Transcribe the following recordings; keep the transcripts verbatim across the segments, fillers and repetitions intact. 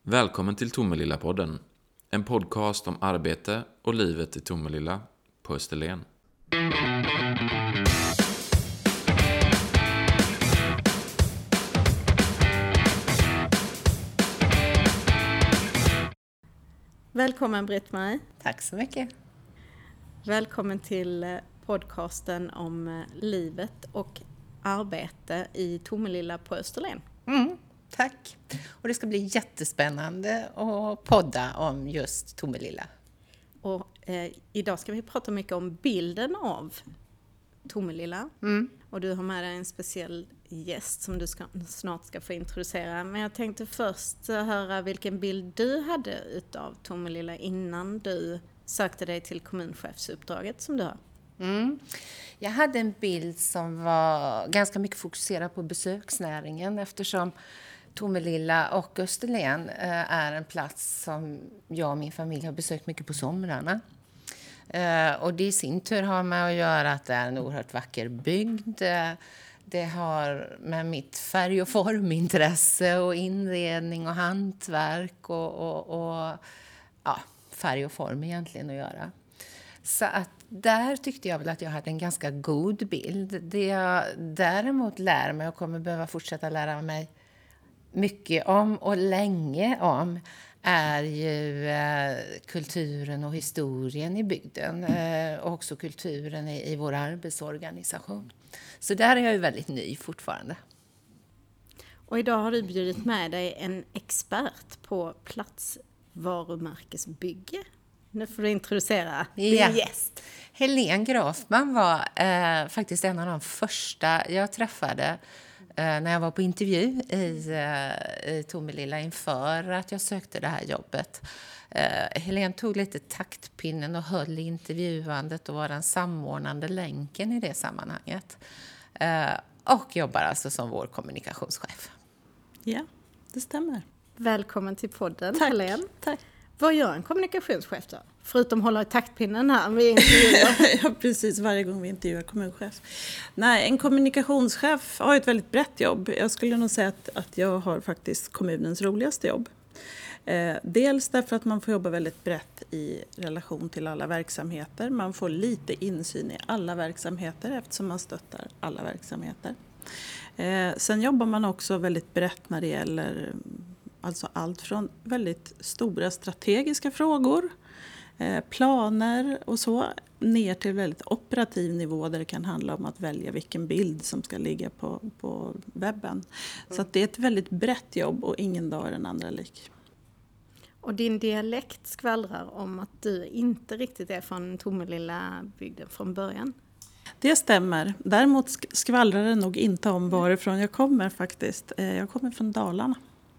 Välkommen till Tomelilla-podden, en podcast om arbete och livet i Tomelilla på Österlen. Välkommen Britt-Marie. Tack så mycket. Välkommen till podcasten om livet och arbete i Tomelilla på Österlen. Mm, tack. Och det ska bli jättespännande att podda om just Tomelilla. Och eh, idag ska vi prata mycket om bilden av Tomelilla. Mm. Och du har med dig en speciell gäst som du ska, snart ska få introducera. Men jag tänkte först höra vilken bild du hade utav Tomelilla innan du sökte dig till kommunchefsuppdraget som du har. Mm. Jag hade en bild som var ganska mycket fokuserad på besöksnäringen eftersom Tomelilla och Österlen är en plats som jag och min familj har besökt mycket på somrarna. Och det i sin tur har med att göra att det är en oerhört vacker bygd. Det har med mitt färg- och formintresse och inredning och hantverk och, och, och ja, färg och form egentligen att göra. Så att där tyckte jag väl att jag hade en ganska god bild. Det jag däremot lär mig och kommer behöva fortsätta lära mig mycket om och länge om är ju eh, kulturen och historien i bygden eh, och också kulturen i, i vår arbetsorganisation. Så där är jag ju väldigt ny fortfarande. Och idag har du bjudit med dig en expert på platsvarumärkesbygge. Nu får du introducera din ja. gäst. Helene Grafman var eh, faktiskt en av de första jag träffade när jag var på intervju i, i Tomelilla inför att jag sökte det här jobbet. Eh, Helene tog lite taktpinnen och höll i intervjuandet och var den samordnande länken i det sammanhanget. Eh, och jobbar alltså som vår kommunikationschef. Ja, det stämmer. Välkommen till podden, Tack. Helene. Tack. Vad gör en kommunikationschef då? Förutom hålla i taktpinnen här vid intervjuer. Ja, precis. Varje gång vi intervjuar kommunchef. Nej, en kommunikationschef har ett väldigt brett jobb. Jag skulle nog säga att, att jag har faktiskt kommunens roligaste jobb. Eh, dels därför att man får jobba väldigt brett i relation till alla verksamheter. Man får lite insyn i alla verksamheter eftersom man stöttar alla verksamheter. Eh, sen jobbar man också väldigt brett när det gäller alltså allt från väldigt stora strategiska frågor, eh, planer och så, ner till väldigt operativ nivå där det kan handla om att välja vilken bild som ska ligga på, på webben. Mm. Så att det är ett väldigt brett jobb och ingen dag är den andra lik. Och din dialekt skvallrar om att du inte riktigt är från Tomelilla bygden från början. Det stämmer. Däremot skvallrar det nog inte om varifrån jag kommer faktiskt. Eh, jag kommer från Dalarna.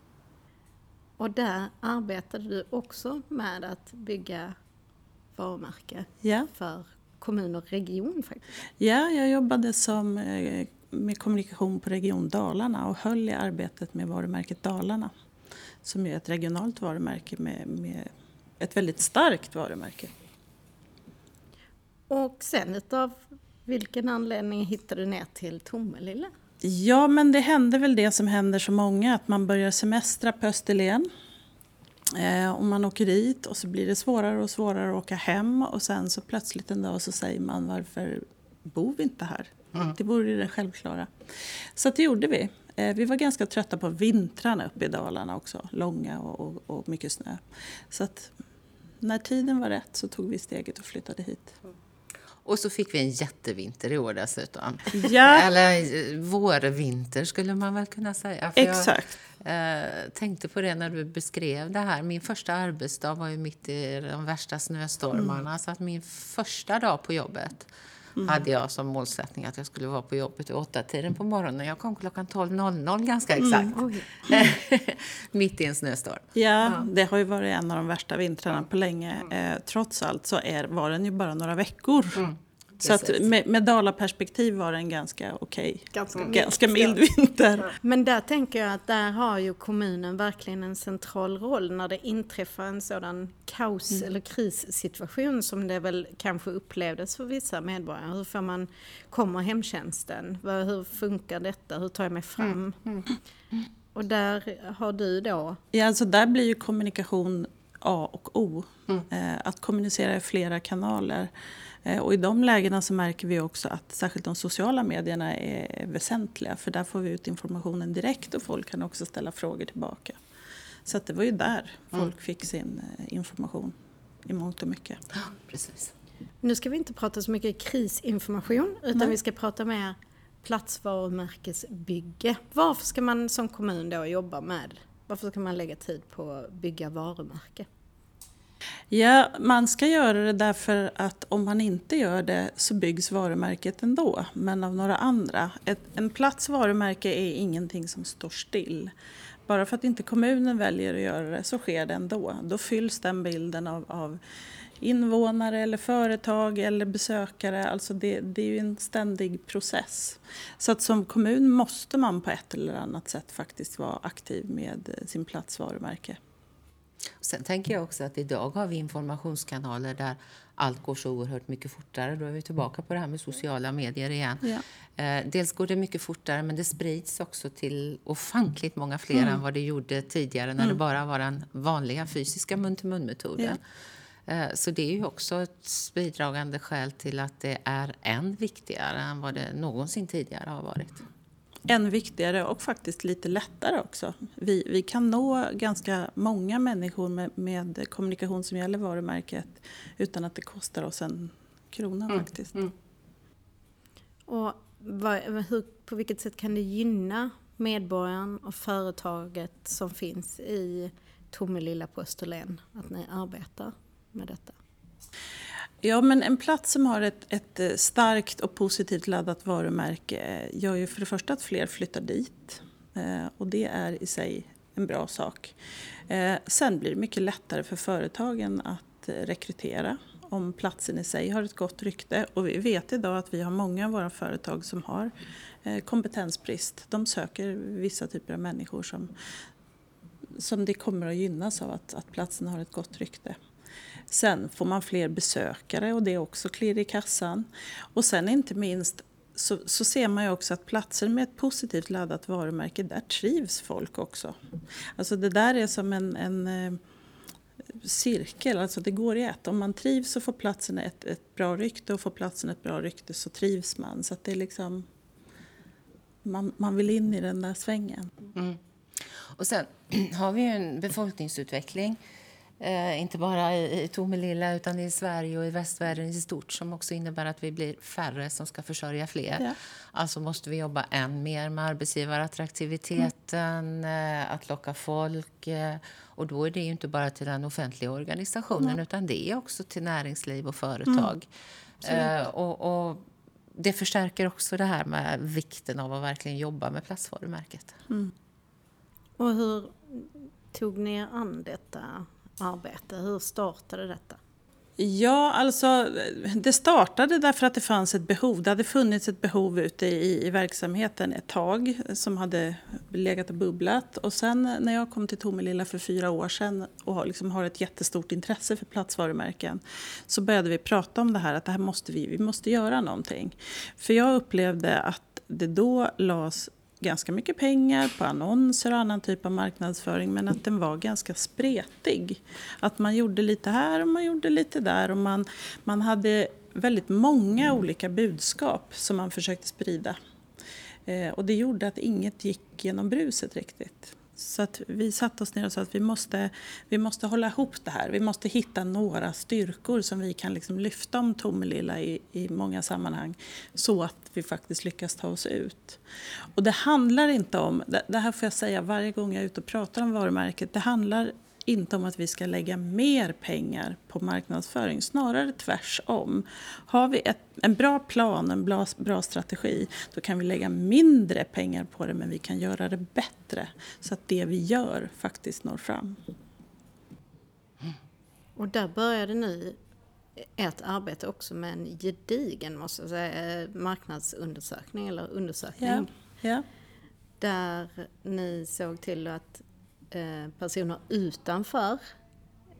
Och där arbetade du också med att bygga varumärke ja. för kommun och region faktiskt. Ja, jag jobbade som, med kommunikation på Region Dalarna och höll i arbetet med varumärket Dalarna. Som är ett regionalt varumärke med, med ett väldigt starkt varumärke. Och sen utav vilken anledning hittade du ner till Tomelilla? Ja, men det hände väl det som händer så många, att man börjar semestra på Österlen. Eh, och man åker dit och så blir det svårare och svårare att åka hem. Och sen så plötsligt en dag så säger man, varför bor vi inte här? Mm. Det vore det självklara. Så det gjorde vi. Eh, vi var ganska trötta på vintrarna uppe i Dalarna också. Långa och, och, och mycket snö. Så att när tiden var rätt så tog vi steget och flyttade hit. Och så fick vi en jättevinter i år dessutom. Ja. Eller vårvinter skulle man väl kunna säga. För Exakt. Jag eh, tänkte på det när du beskrev det här. Min första arbetsdag var ju mitt i de värsta snöstormarna. Mm. Så att min första dag på jobbet mm. hade jag som målsättning att jag skulle vara på jobbet vid åtta tiden på morgonen. Jag kom klockan tolv noll noll ganska exakt. Mm. Mm. Mitt i en snöstorm. Ja, ja, det har ju varit en av de värsta vintrarna på länge. Eh, trots allt så är, var den ju bara några veckor. Mm. Så att med, med Dalaperspektiv var det en ganska okej, ganska, mm. ganska mild vinter. Men där tänker jag att där har ju kommunen verkligen en central roll när det inträffar en sådan kaos- mm. eller krissituation som det väl kanske upplevdes för vissa medborgare. Hur får man, kommer hemtjänsten? Hur funkar detta? Hur tar jag mig fram? Mm. Mm. Och där har du då? Ja, alltså där blir ju kommunikation A och O. Mm. Eh, att kommunicera i flera kanaler. Eh, och i de lägena så märker vi också att särskilt de sociala medierna är väsentliga. För där får vi ut informationen direkt och folk kan också ställa frågor tillbaka. Så att det var ju där folk mm. fick sin eh, information i mångt och mycket. Ja, precis. Nu ska vi inte prata så mycket krisinformation utan Nej. vi ska prata mer platsvarumärkesbygge. Varför ska man som kommun då jobba med? Varför ska man lägga tid på att bygga varumärke? Ja, man ska göra det därför att om man inte gör det så byggs varumärket ändå, men av några andra. Ett, en plats varumärke är ingenting som står still. Bara för att inte kommunen väljer att göra det så sker det ändå. Då fylls den bilden av, av invånare eller företag eller besökare. Alltså det, det är ju en ständig process. Så att som kommun måste man på ett eller annat sätt faktiskt vara aktiv med sin plats varumärke. Sen tänker jag också att idag har vi informationskanaler där allt går så oerhört mycket fortare. Då är vi tillbaka på det här med sociala medier igen. Ja. Eh, dels går det mycket fortare men det sprids också till ofantligt många fler mm. än vad det gjorde tidigare när mm. det bara var den vanliga fysiska mun-till-mun-metoden. Ja. Eh, så det är ju också ett bidragande skäl till att det är än viktigare än vad det någonsin tidigare har varit. Än viktigare och faktiskt lite lättare också. Vi, vi kan nå ganska många människor med, med kommunikation som gäller varumärket utan att det kostar oss en krona mm. faktiskt. Mm. Och vad, hur, på vilket sätt kan det gynna medborgaren och företaget som finns i Tomelilla på Österlen att ni arbetar med detta? Ja, men en plats som har ett, ett starkt och positivt laddat varumärke gör ju för det första att fler flyttar dit. Eh, och det är i sig en bra sak. Eh, sen blir det mycket lättare för företagen att eh, rekrytera om platsen i sig har ett gott rykte. Och vi vet idag att vi har många av våra företag som har eh, kompetensbrist. De söker vissa typer av människor som, som det kommer att gynnas av att, att platsen har ett gott rykte. Sen får man fler besökare och det är också klirr i kassan. Och sen inte minst så, så ser man ju också att platser med ett positivt laddat varumärke, där trivs folk också. Alltså det där är som en, en eh, cirkel, alltså det går i ett. Om man trivs så får platsen ett, ett bra rykte och får platsen ett bra rykte så trivs man. Så att det är liksom, man, man vill in i den där svängen. Mm. Och sen har vi ju en befolkningsutveckling. Eh, inte bara i, i Tomelilla utan i Sverige och i västvärlden i stort som också innebär att vi blir färre som ska försörja fler. Ja. Alltså måste vi jobba än mer med arbetsgivarattraktiviteten, mm. eh, att locka folk. Eh, och då är det ju inte bara till den offentliga organisationen mm. utan det är också till näringsliv och företag. Mm. Eh, och, och det förstärker också det här med vikten av att verkligen jobba med platsvarumärket. Mm. Och hur tog ni er an detta arbete? Hur startade detta? Ja, alltså det startade därför att det fanns ett behov. Det hade funnits ett behov ute i, i verksamheten ett tag som hade legat och bubblat. Och sen när jag kom till Tomelilla för fyra år sedan och liksom har ett jättestort intresse för platsvarumärken så började vi prata om det här att det här måste vi, vi måste göra någonting. För jag upplevde att det då lades ganska mycket pengar på annonser och annan typ av marknadsföring men att den var ganska spretig. Att man gjorde lite här och man gjorde lite där och man, man hade väldigt många olika budskap som man försökte sprida. Eh, och det gjorde att inget gick genom bruset riktigt. Så att vi satte oss ner och sa att vi måste, vi måste hålla ihop det här. Vi måste hitta några styrkor som vi kan liksom lyfta om Tomelilla i, i många sammanhang. Så att vi faktiskt lyckas ta oss ut. Och det handlar inte om, det, det här får jag säga varje gång jag är ute och pratar om varumärket. Det handlar inte om att vi ska lägga mer pengar på marknadsföring, snarare tvärsom. Har vi ett, en bra plan, en bra, bra strategi, då kan vi lägga mindre pengar på det men vi kan göra det bättre så att det vi gör faktiskt når fram. Och där började ni ett arbete också med en gedigen måste jag säga, marknadsundersökning eller undersökning. Ja, ja. Där ni såg till att personer utanför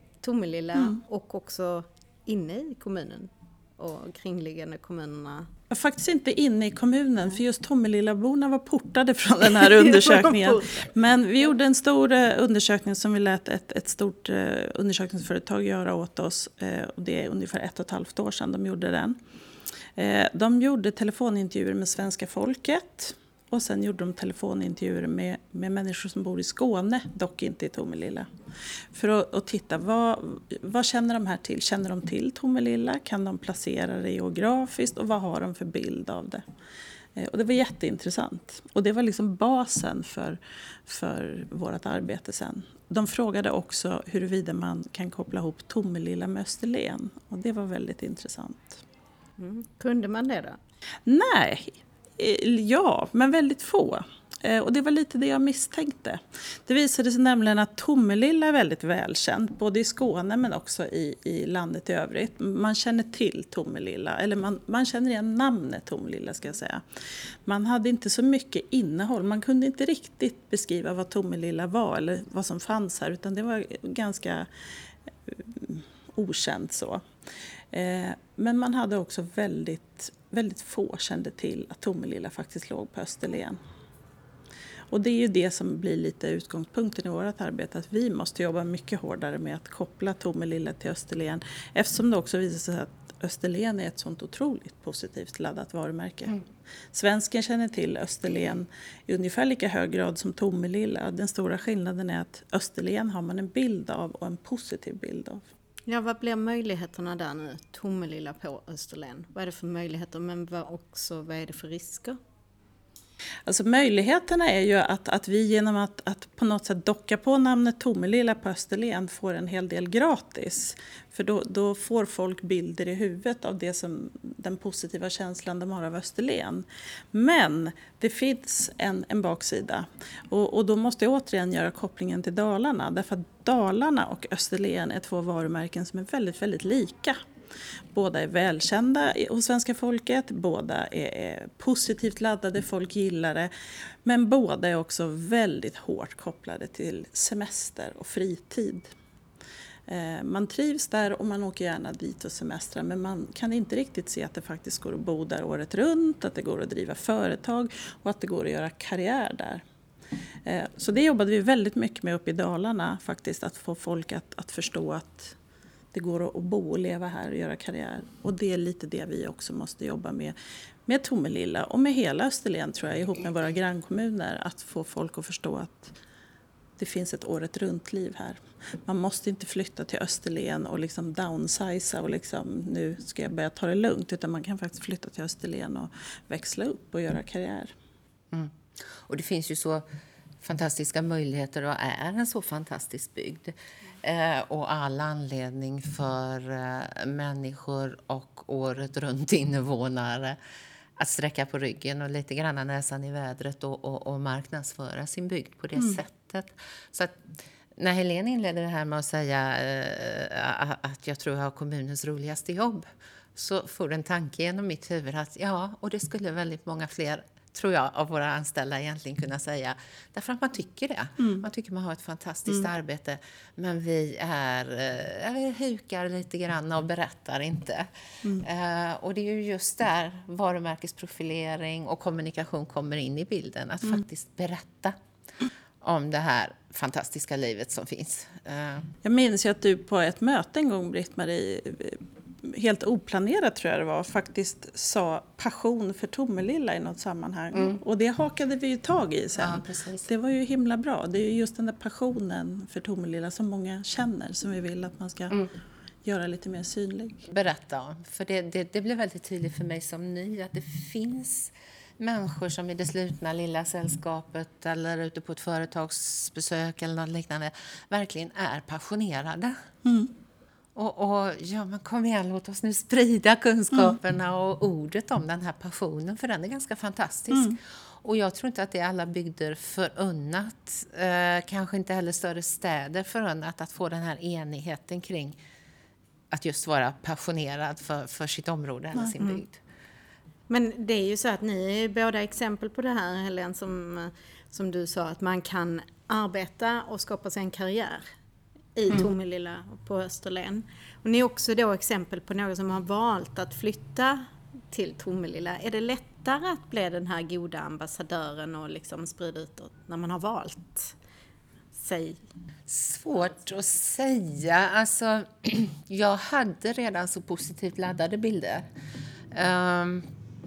Tomelilla mm. och också inne i kommunen och kringliggande kommunerna var faktiskt inte inne i kommunen, för just Tomelilla-borna var portade från den här undersökningen. Men vi gjorde en stor undersökning som vi lät ett, ett stort undersökningsföretag göra åt oss. Och det är ungefär ett och ett halvt år sedan de gjorde den. De gjorde telefonintervjuer med svenska folket. Och sen gjorde de telefonintervjuer med, med människor som bor i Skåne, dock inte i Tomelilla. För att, att titta, vad, vad känner de här till? Känner de till Tomelilla? Kan de placera det geografiskt? Och vad har de för bild av det? Eh, och det var jätteintressant. Och det var liksom basen för, för vårt arbete sen. De frågade också huruvida man kan koppla ihop Tomelilla med Österlen. Och det var väldigt intressant. Mm. Kunde man det då? Nej. Ja, men väldigt få. Och det var lite det jag misstänkte. Det visade sig nämligen att Tomelilla är väldigt välkänt, både i Skåne men också i, i landet i övrigt. Man känner till Tomelilla, eller man, man känner igen namnet Tomelilla ska jag säga. Man hade inte så mycket innehåll, man kunde inte riktigt beskriva vad Tomelilla var eller vad som fanns här, utan det var ganska okänt så. Men man hade också väldigt, väldigt få kände till att Tomelilla faktiskt låg på Österlen. Och det är ju det som blir lite utgångspunkten i vårt arbete, att vi måste jobba mycket hårdare med att koppla Tomelilla till Österlen, eftersom det också visar sig att Österlen är ett sånt otroligt positivt laddat varumärke. Mm. Svensken känner till Österlen i ungefär lika hög grad som Tomelilla. Den stora skillnaden är att Österlen har man en bild av och en positiv bild av. Ja, vad blir möjligheterna där nu? Tomelilla på Österlen. Vad är det för möjligheter, men vad också, vad är det för risker? Alltså möjligheterna är ju att, att vi genom att, att på något sätt docka på namnet Tomelilla på Österlen får en hel del gratis. För då, då får folk bilder i huvudet av det som, den positiva känslan de har av Österlen. Men det finns en, en baksida. Och, och då måste jag återigen göra kopplingen till Dalarna. Därför att Dalarna och Österlen är två varumärken som är väldigt, väldigt lika. Båda är välkända hos svenska folket, båda är positivt laddade, folk gillar det. Men båda är också väldigt hårt kopplade till semester och fritid. Man trivs där och man åker gärna dit och semestrar, men man kan inte riktigt se att det faktiskt går att bo där året runt, att det går att driva företag och att det går att göra karriär där. Så det jobbade vi väldigt mycket med uppe i Dalarna faktiskt, att få folk att, att förstå att det går att bo och leva här och göra karriär. Och det är lite det vi också måste jobba med. Med Tomelilla och med hela Österlen tror jag, ihop med våra grannkommuner. Att få folk att förstå att det finns ett året runt liv här. Man måste inte flytta till Österlen och liksom downsiza och liksom nu ska jag börja ta det lugnt. Utan man kan faktiskt flytta till Österlen och växla upp och göra karriär. Mm. Och det finns ju så fantastiska möjligheter och är en så fantastisk bygd. Eh, och all anledning för eh, människor och året runt invånare att sträcka på ryggen och lite grann näsan i vädret och, och, och marknadsföra sin bygd på det mm. sättet. Så att när Helene inledde det här med att säga eh, att jag tror jag har kommunens roligaste jobb, så får en tanke genom mitt huvud att ja, och det skulle väldigt många fler, tror jag, av våra anställda egentligen kunna säga. Därför att man tycker det. Mm. Man tycker man har ett fantastiskt mm. arbete. Men vi är, äh, hukar lite grann och berättar inte. Mm. Uh, och det är ju just där varumärkesprofilering och kommunikation kommer in i bilden. Att mm. faktiskt berätta om det här fantastiska livet som finns. Uh. Jag minns ju att du på ett möte en gång, Britt-Marie, helt oplanerat tror jag det var, faktiskt sa passion för Tomelilla i något sammanhang. Mm. Och det hakade vi ju tag i sen. Ja, det var ju himla bra. Det är ju just den där passionen för Tomelilla som många känner, som vi vill att man ska mm. göra lite mer synlig. Berätta om, för det, det, det blev väldigt tydligt för mig som ny att det finns människor som i det slutna lilla sällskapet eller ute på ett företagsbesök eller något liknande verkligen är passionerade. Mm. Och, och ja, men kom igen, låt oss nu sprida kunskaperna mm. och ordet om den här passionen, för den är ganska fantastisk. Mm. Och jag tror inte att det är alla bygder förunnat, eh, kanske inte heller större städer förunnat att få den här enigheten kring att just vara passionerad för, för sitt område eller sin mm. bygd. Men det är ju så att ni är båda exempel på det här, Helene, som, som du sa, att man kan arbeta och skapa sig en karriär i mm. Tomelilla på Österlen. Och ni är också då exempel på någon som har valt att flytta till Tomelilla? Är det lättare att bli den här goda ambassadören och liksom sprida utåt när man har valt sig? Svårt att säga. Alltså, jag hade redan så positivt laddade bilder. Um,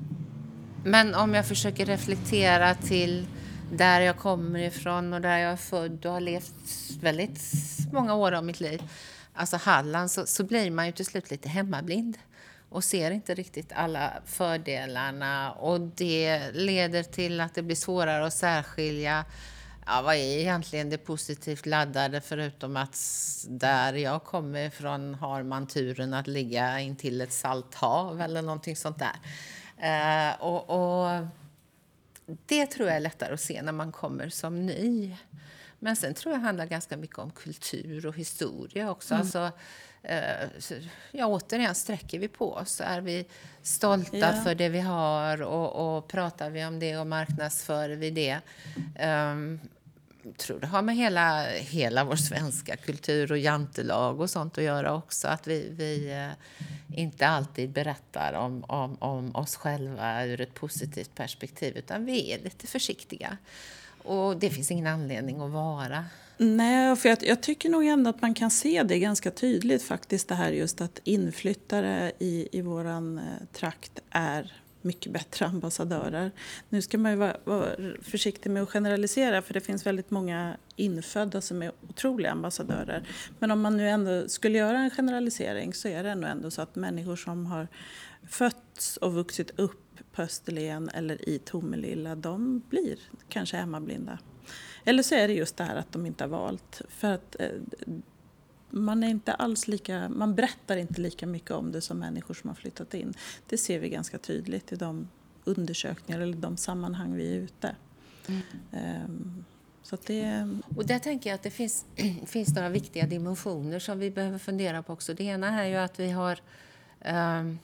men om jag försöker reflektera till där jag kommer ifrån och där jag är född och har levt väldigt många år av mitt liv, alltså Halland, så, så blir man ju till slut lite hemmablind och ser inte riktigt alla fördelarna, och det leder till att det blir svårare att särskilja. Ja, vad är egentligen det positivt laddade, förutom att där jag kommer ifrån har man turen att ligga in till ett salthav eller någonting sånt där. Uh, och, och det tror jag är lättare att se när man kommer som ny. Men sen tror jag det handlar ganska mycket om kultur och historia också. Mm. Alltså, uh, ja, återigen, sträcker vi på oss så är vi stolta ja. för det vi har, och, och pratar vi om det och marknadsför vi det. Um, tror det har med hela, hela vår svenska kultur och jantelag och sånt att göra också. Att vi, vi eh, inte alltid berättar om, om, om oss själva ur ett positivt perspektiv, utan vi är lite försiktiga. Och det finns ingen anledning att vara. Nej, för jag, jag tycker nog ändå att man kan se det ganska tydligt faktiskt, det här just att inflyttare i, i våran eh, trakt är mycket bättre ambassadörer. Nu ska man ju vara, vara försiktig med att generalisera, för det finns väldigt många infödda som är otroliga ambassadörer. Men om man nu ändå skulle göra en generalisering, så är det ändå, ändå så att människor som har fötts och vuxit upp på Österlen eller i Tomelilla, de blir kanske hemmablinda. Eller så är det just det här att de inte har valt. För att eh, man är inte alls lika, man berättar inte lika mycket om det som människor som har flyttat in. Det ser vi ganska tydligt i de undersökningar eller de sammanhang vi är ute. Mm. Um, så att det... Och där tänker jag att det finns, finns några viktiga dimensioner som vi behöver fundera på också. Det ena är ju att vi har, um,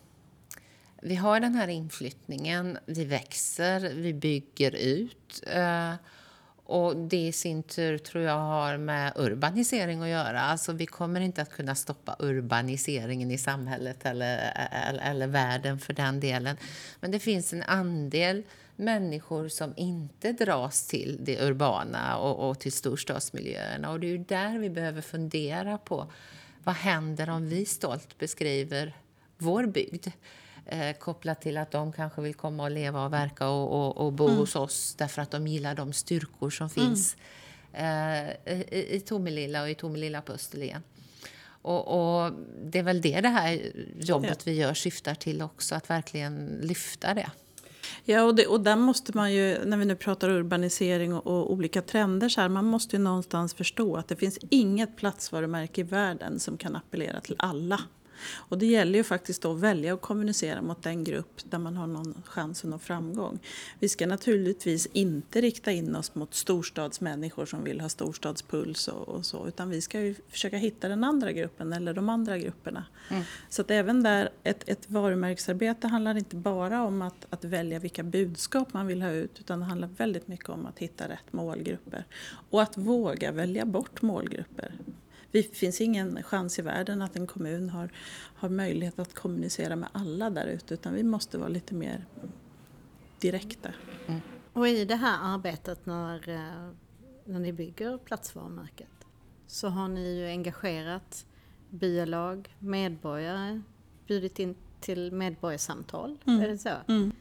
vi har den här inflyttningen, vi växer, vi bygger ut. Uh, Och det i sin tur tror jag har med urbanisering att göra. Alltså vi kommer inte att kunna stoppa urbaniseringen i samhället eller, eller, eller världen för den delen. Men det finns en andel människor som inte dras till det urbana och, och till storstadsmiljöerna. Och det är ju där vi behöver fundera på vad händer om vi stolt beskriver vår bygd. Eh, kopplat till att de kanske vill komma och leva och verka och, och, och bo mm. hos oss därför att de gillar de styrkor som finns mm. eh, i, i Tomelilla och i Tomelilla på Österlen. Och, och det är väl det det här jobbet ja. vi gör syftar till också, att verkligen lyfta det. Ja, och, det, och där måste man ju, när vi nu pratar urbanisering och, och olika trender så här, man måste ju någonstans förstå att det finns inget platsvarumärke i världen som kan appellera till alla. Och det gäller ju faktiskt då att välja att kommunicera mot den grupp där man har någon chans att nå framgång. Vi ska naturligtvis inte rikta in oss mot storstadsmänniskor som vill ha storstadspuls och, och så, utan vi ska ju försöka hitta den andra gruppen eller de andra grupperna. Mm. Så att även där, ett, ett varumärksarbete handlar inte bara om att, att välja vilka budskap man vill ha ut, utan det handlar väldigt mycket om att hitta rätt målgrupper och att våga välja bort målgrupper. Det finns ingen chans i världen att en kommun har, har möjlighet att kommunicera med alla där ute, utan vi måste vara lite mer direkta. Mm. Och i det här arbetet när, när ni bygger platsvarumärket så har ni ju engagerat byalag, medborgare, bjudit in till medborgarsamtal. Mm. Är det så? Mm.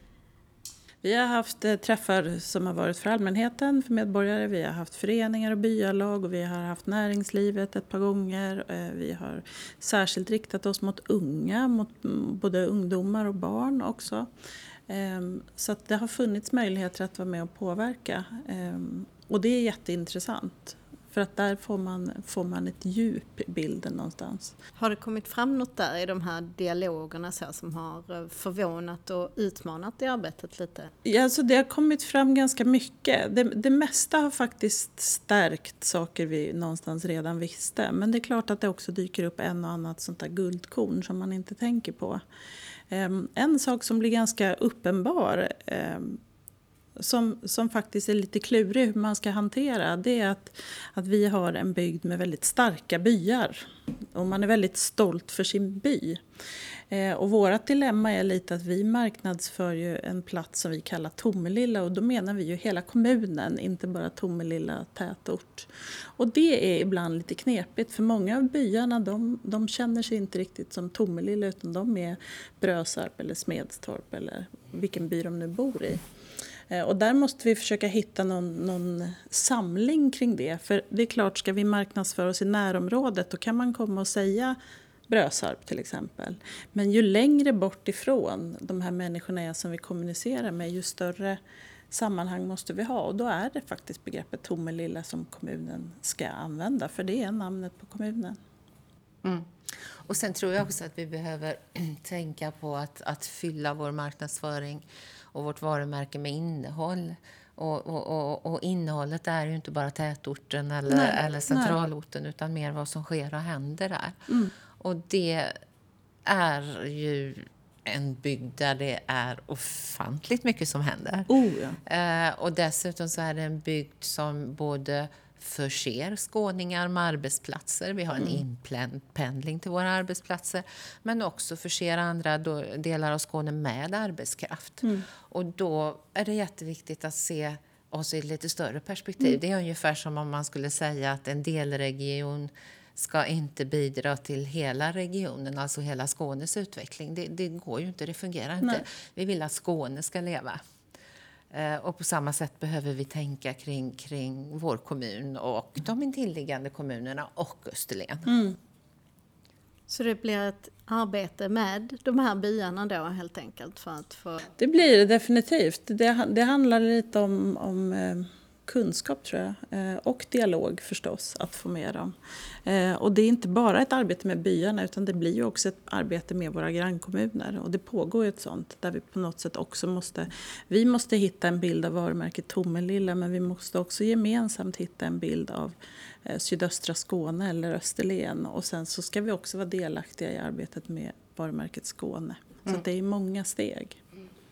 Vi har haft eh, träffar som har varit för allmänheten, för medborgare. Vi har haft föreningar och byalag och vi har haft näringslivet ett par gånger. Eh, vi har särskilt riktat oss mot unga, mot både ungdomar och barn också. Eh, så att det har funnits möjligheter att vara med och påverka. Eh, och det är jätteintressant. För att där får man, får man ett djup i bilden någonstans. Har det kommit fram något där i de här dialogerna så här, som har förvånat och utmanat i arbetet lite? Ja, alltså det har kommit fram ganska mycket. Det, det mesta har faktiskt stärkt saker vi någonstans redan visste. Men det är klart att det också dyker upp en och annat sånt där guldkorn som man inte tänker på. Um, en sak som blir ganska uppenbar... Um, Som, som faktiskt är lite klurig hur man ska hantera, det är att, att vi har en bygd med väldigt starka byar. Och man är väldigt stolt för sin by. Eh, och vårat dilemma är lite att vi marknadsför ju en plats som vi kallar Tomelilla, och då menar vi ju hela kommunen, inte bara Tomelilla tätort. Och det är ibland lite knepigt, för många av byarna de, de känner sig inte riktigt som Tomelilla, utan de är Brösarp eller Smedstorp eller vilken by de nu bor i. Och där måste vi försöka hitta någon, någon samling kring det. För det är klart, ska vi marknadsföra oss i närområdet, då kan man komma och säga Brösarp till exempel. Men ju längre bort ifrån de här människorna är som vi kommunicerar med, ju större sammanhang måste vi ha. Och då är det faktiskt begreppet Tomelilla som kommunen ska använda, för det är namnet på kommunen. Mm. Och sen tror jag också att vi behöver tänka på att, att fylla vår marknadsföring och vårt varumärke med innehåll. Och, och, och, och innehållet är ju inte bara tätorten eller, nej, eller centralorten, nej. Utan mer vad som sker och händer där. Mm. Och det är ju en bygd där det är ofantligt mycket som händer. Oh, ja. eh, och dessutom så är det en bygd som både förser skåningar med arbetsplatser. Vi har en mm. inpendling till våra arbetsplatser. Men också förser andra då, delar av Skåne med arbetskraft. Mm. Och då är det jätteviktigt att se oss i ett lite större perspektiv. Mm. Det är ungefär som om man skulle säga att en delregion ska inte bidra till hela regionen, alltså hela Skånes utveckling. Det, det går ju inte, det fungerar inte. Nej. Vi vill att Skåne ska leva. Och på samma sätt behöver vi tänka kring, kring vår kommun och de intilliggande kommunerna och Österlen. Mm. Så det blir ett arbete med de här byarna då helt enkelt? För att få... Det blir det definitivt. Det, det handlar lite om, om eh, kunskap tror jag. Eh, och dialog förstås, att få med dem. Eh, och det är inte bara ett arbete med byarna, utan det blir ju också ett arbete med våra grannkommuner. Och det pågår ju ett sånt där vi på något sätt också måste... Vi måste hitta en bild av varumärket Tomelilla, men vi måste också gemensamt hitta en bild av eh, sydöstra Skåne eller Österlen. Och sen så ska vi också vara delaktiga i arbetet med varumärket Skåne. Mm. Så det är många steg.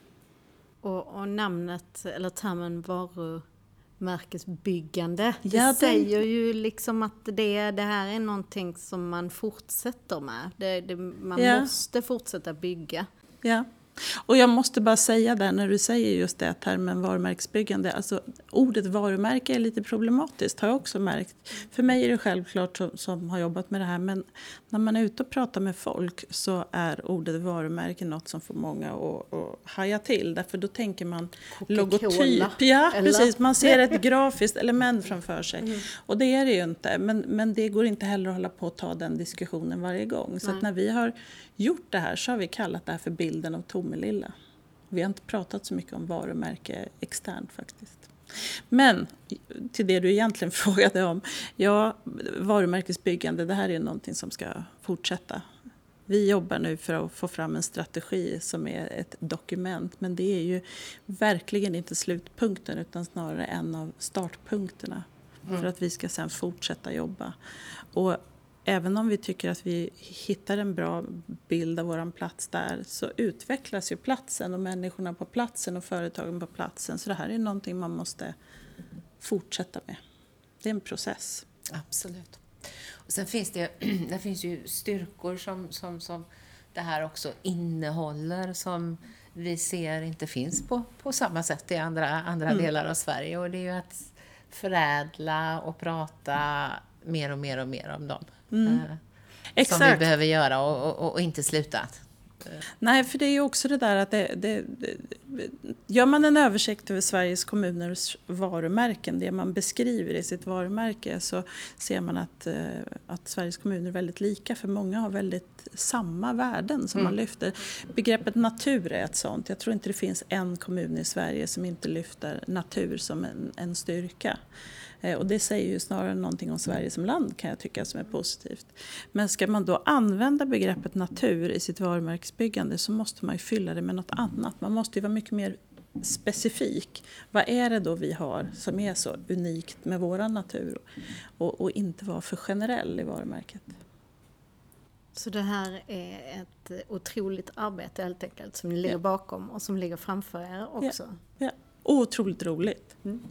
Och, och namnet, eller termen varu... märkesbyggande. Det ja, säger ju liksom att det, det här är någonting som man fortsätter med. Det, det, man ja. måste fortsätta bygga. Ja. Och jag måste bara säga där när du säger just det, termen varumärkesbyggande. Alltså ordet varumärke är lite problematiskt har jag också märkt. För mig är det självklart som, som har jobbat med det här. Men när man är ute och pratar med folk så är ordet varumärke något som får många att, att haja till. Därför då tänker man logotyp. Ja, eller? Precis. Man ser ett grafiskt element framför sig. Mm. Och det är det ju inte. Men, men det går inte heller att hålla på att ta den diskussionen varje gång. Så att när vi har gjort det här så har vi kallat det här för bilden av Tomelilla. Vi har inte pratat så mycket om varumärke externt faktiskt. Men till det du egentligen frågade om. Ja, varumärkesbyggande, det här är någonting som ska fortsätta. Vi jobbar nu för att få fram en strategi som är ett dokument. Men det är ju verkligen inte slutpunkten utan snarare en av startpunkterna. Mm. För att vi ska sedan fortsätta jobba. Och även om vi tycker att vi hittar en bra bild av vår plats där så utvecklas ju platsen och människorna på platsen och företagen på platsen. Så det här är någonting man måste fortsätta med. Det är en process. Absolut. Och sen finns det, det finns ju styrkor som, som, som det här också innehåller som vi ser inte finns på, på samma sätt i andra, andra mm. delar av Sverige. Och det är ju att förädla och prata mer och mer och mer om dem. Mm. Eh, Exakt. Som vi behöver göra och, och, och inte sluta. Nej, för det är ju också det där att det, det, det, gör man en översikt över Sveriges kommuners varumärken, det man beskriver i sitt varumärke, så ser man att, att Sveriges kommuner är väldigt lika, för många har väldigt samma värden som mm. man lyfter. Begreppet natur är ett sånt. Jag tror inte det finns en kommun i Sverige som inte lyfter natur som en, en styrka. Och det säger ju snarare någonting om Sverige som land, kan jag tycka, som är positivt. Men ska man då använda begreppet natur i sitt varumärkesbyggande så måste man ju fylla det med något annat. Man måste ju vara mycket mer specifik. Vad är det då vi har som är så unikt med vår natur? Och, och inte vara för generell i varumärket. Så det här är ett otroligt arbete helt enkelt som ni ligger ja. bakom och som ligger framför er också. Ja, ja. Otroligt roligt. Mm.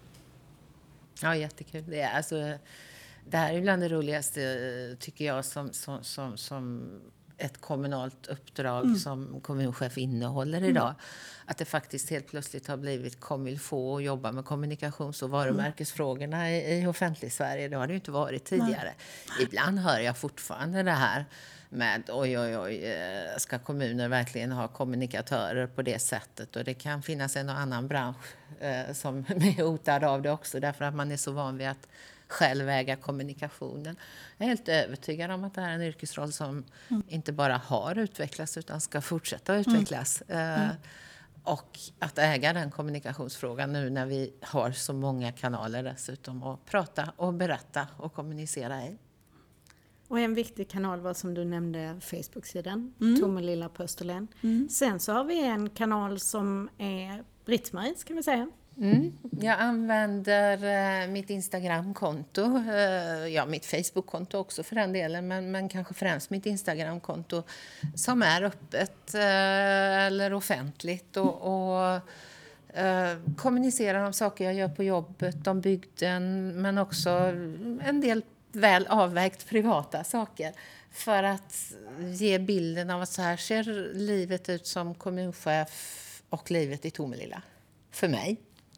Ja, jättekul. Det, är, alltså, det här är bland det roligaste, tycker jag, som, som, som, som ett kommunalt uppdrag mm. som kommunchef innehåller idag. Mm. Att det faktiskt helt plötsligt har blivit comme il faut att jobba med kommunikations- och varumärkesfrågorna i, i offentlig Sverige. Det har det ju inte varit tidigare. Nej. Ibland hör jag fortfarande det här med oj, oj, oj, ska kommuner verkligen ha kommunikatörer på det sättet? Och det kan finnas en och annan bransch eh, som är hotad av det också, därför att man är så van vid att själv äga kommunikationen. Jag är helt övertygad om att det här är en yrkesroll som mm. inte bara har utvecklats utan ska fortsätta att utvecklas. Mm. Eh, och att äga den kommunikationsfrågan nu när vi har så många kanaler dessutom att prata och berätta och kommunicera i. Och en viktig kanal var, som du nämnde, Facebook-sidan, mm. Tomelilla på Österlen. Mm. Sen så har vi en kanal som är Britt-Marie, ska vi säga. Mm. Jag använder eh, mitt Instagram-konto, eh, ja mitt Facebook-konto också för den delen, men, men kanske främst mitt Instagram-konto som är öppet eh, eller offentligt och, och eh, kommunicerar om saker jag gör på jobbet, om bygden, men också en del väl avvägt privata saker för att ge bilden av att så här ser livet ut som kommunchef och livet i Tomelilla för mig.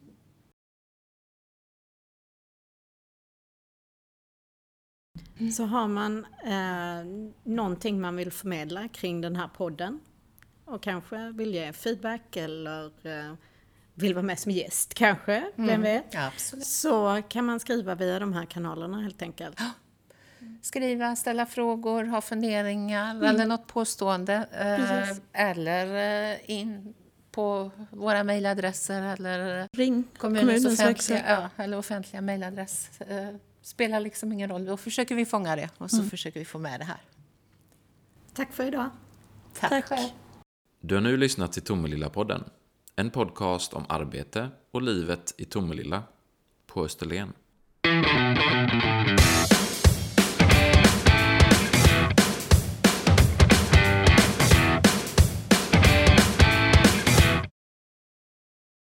Så har man eh, någonting man vill förmedla kring den här podden och kanske vill ge feedback eller eh, vill vara med som gäst kanske, mm. vem vet? Ja, absolut. Så kan man skriva via de här kanalerna helt enkelt. Ja. Skriva, ställa frågor, ha funderingar mm. eller något påstående. Eh, eller eh, in på våra mejladresser eller ring kommunens, kommunens offentliga, ja, eller offentliga mejladress. Eh, spelar liksom ingen roll. Då försöker vi fånga det och så mm. försöker vi få med det här. Tack för idag. Tack. Tack själv. Du har nu lyssnat till Tomelilla-podden. En podcast om arbete och livet i Tomelilla på Österlen.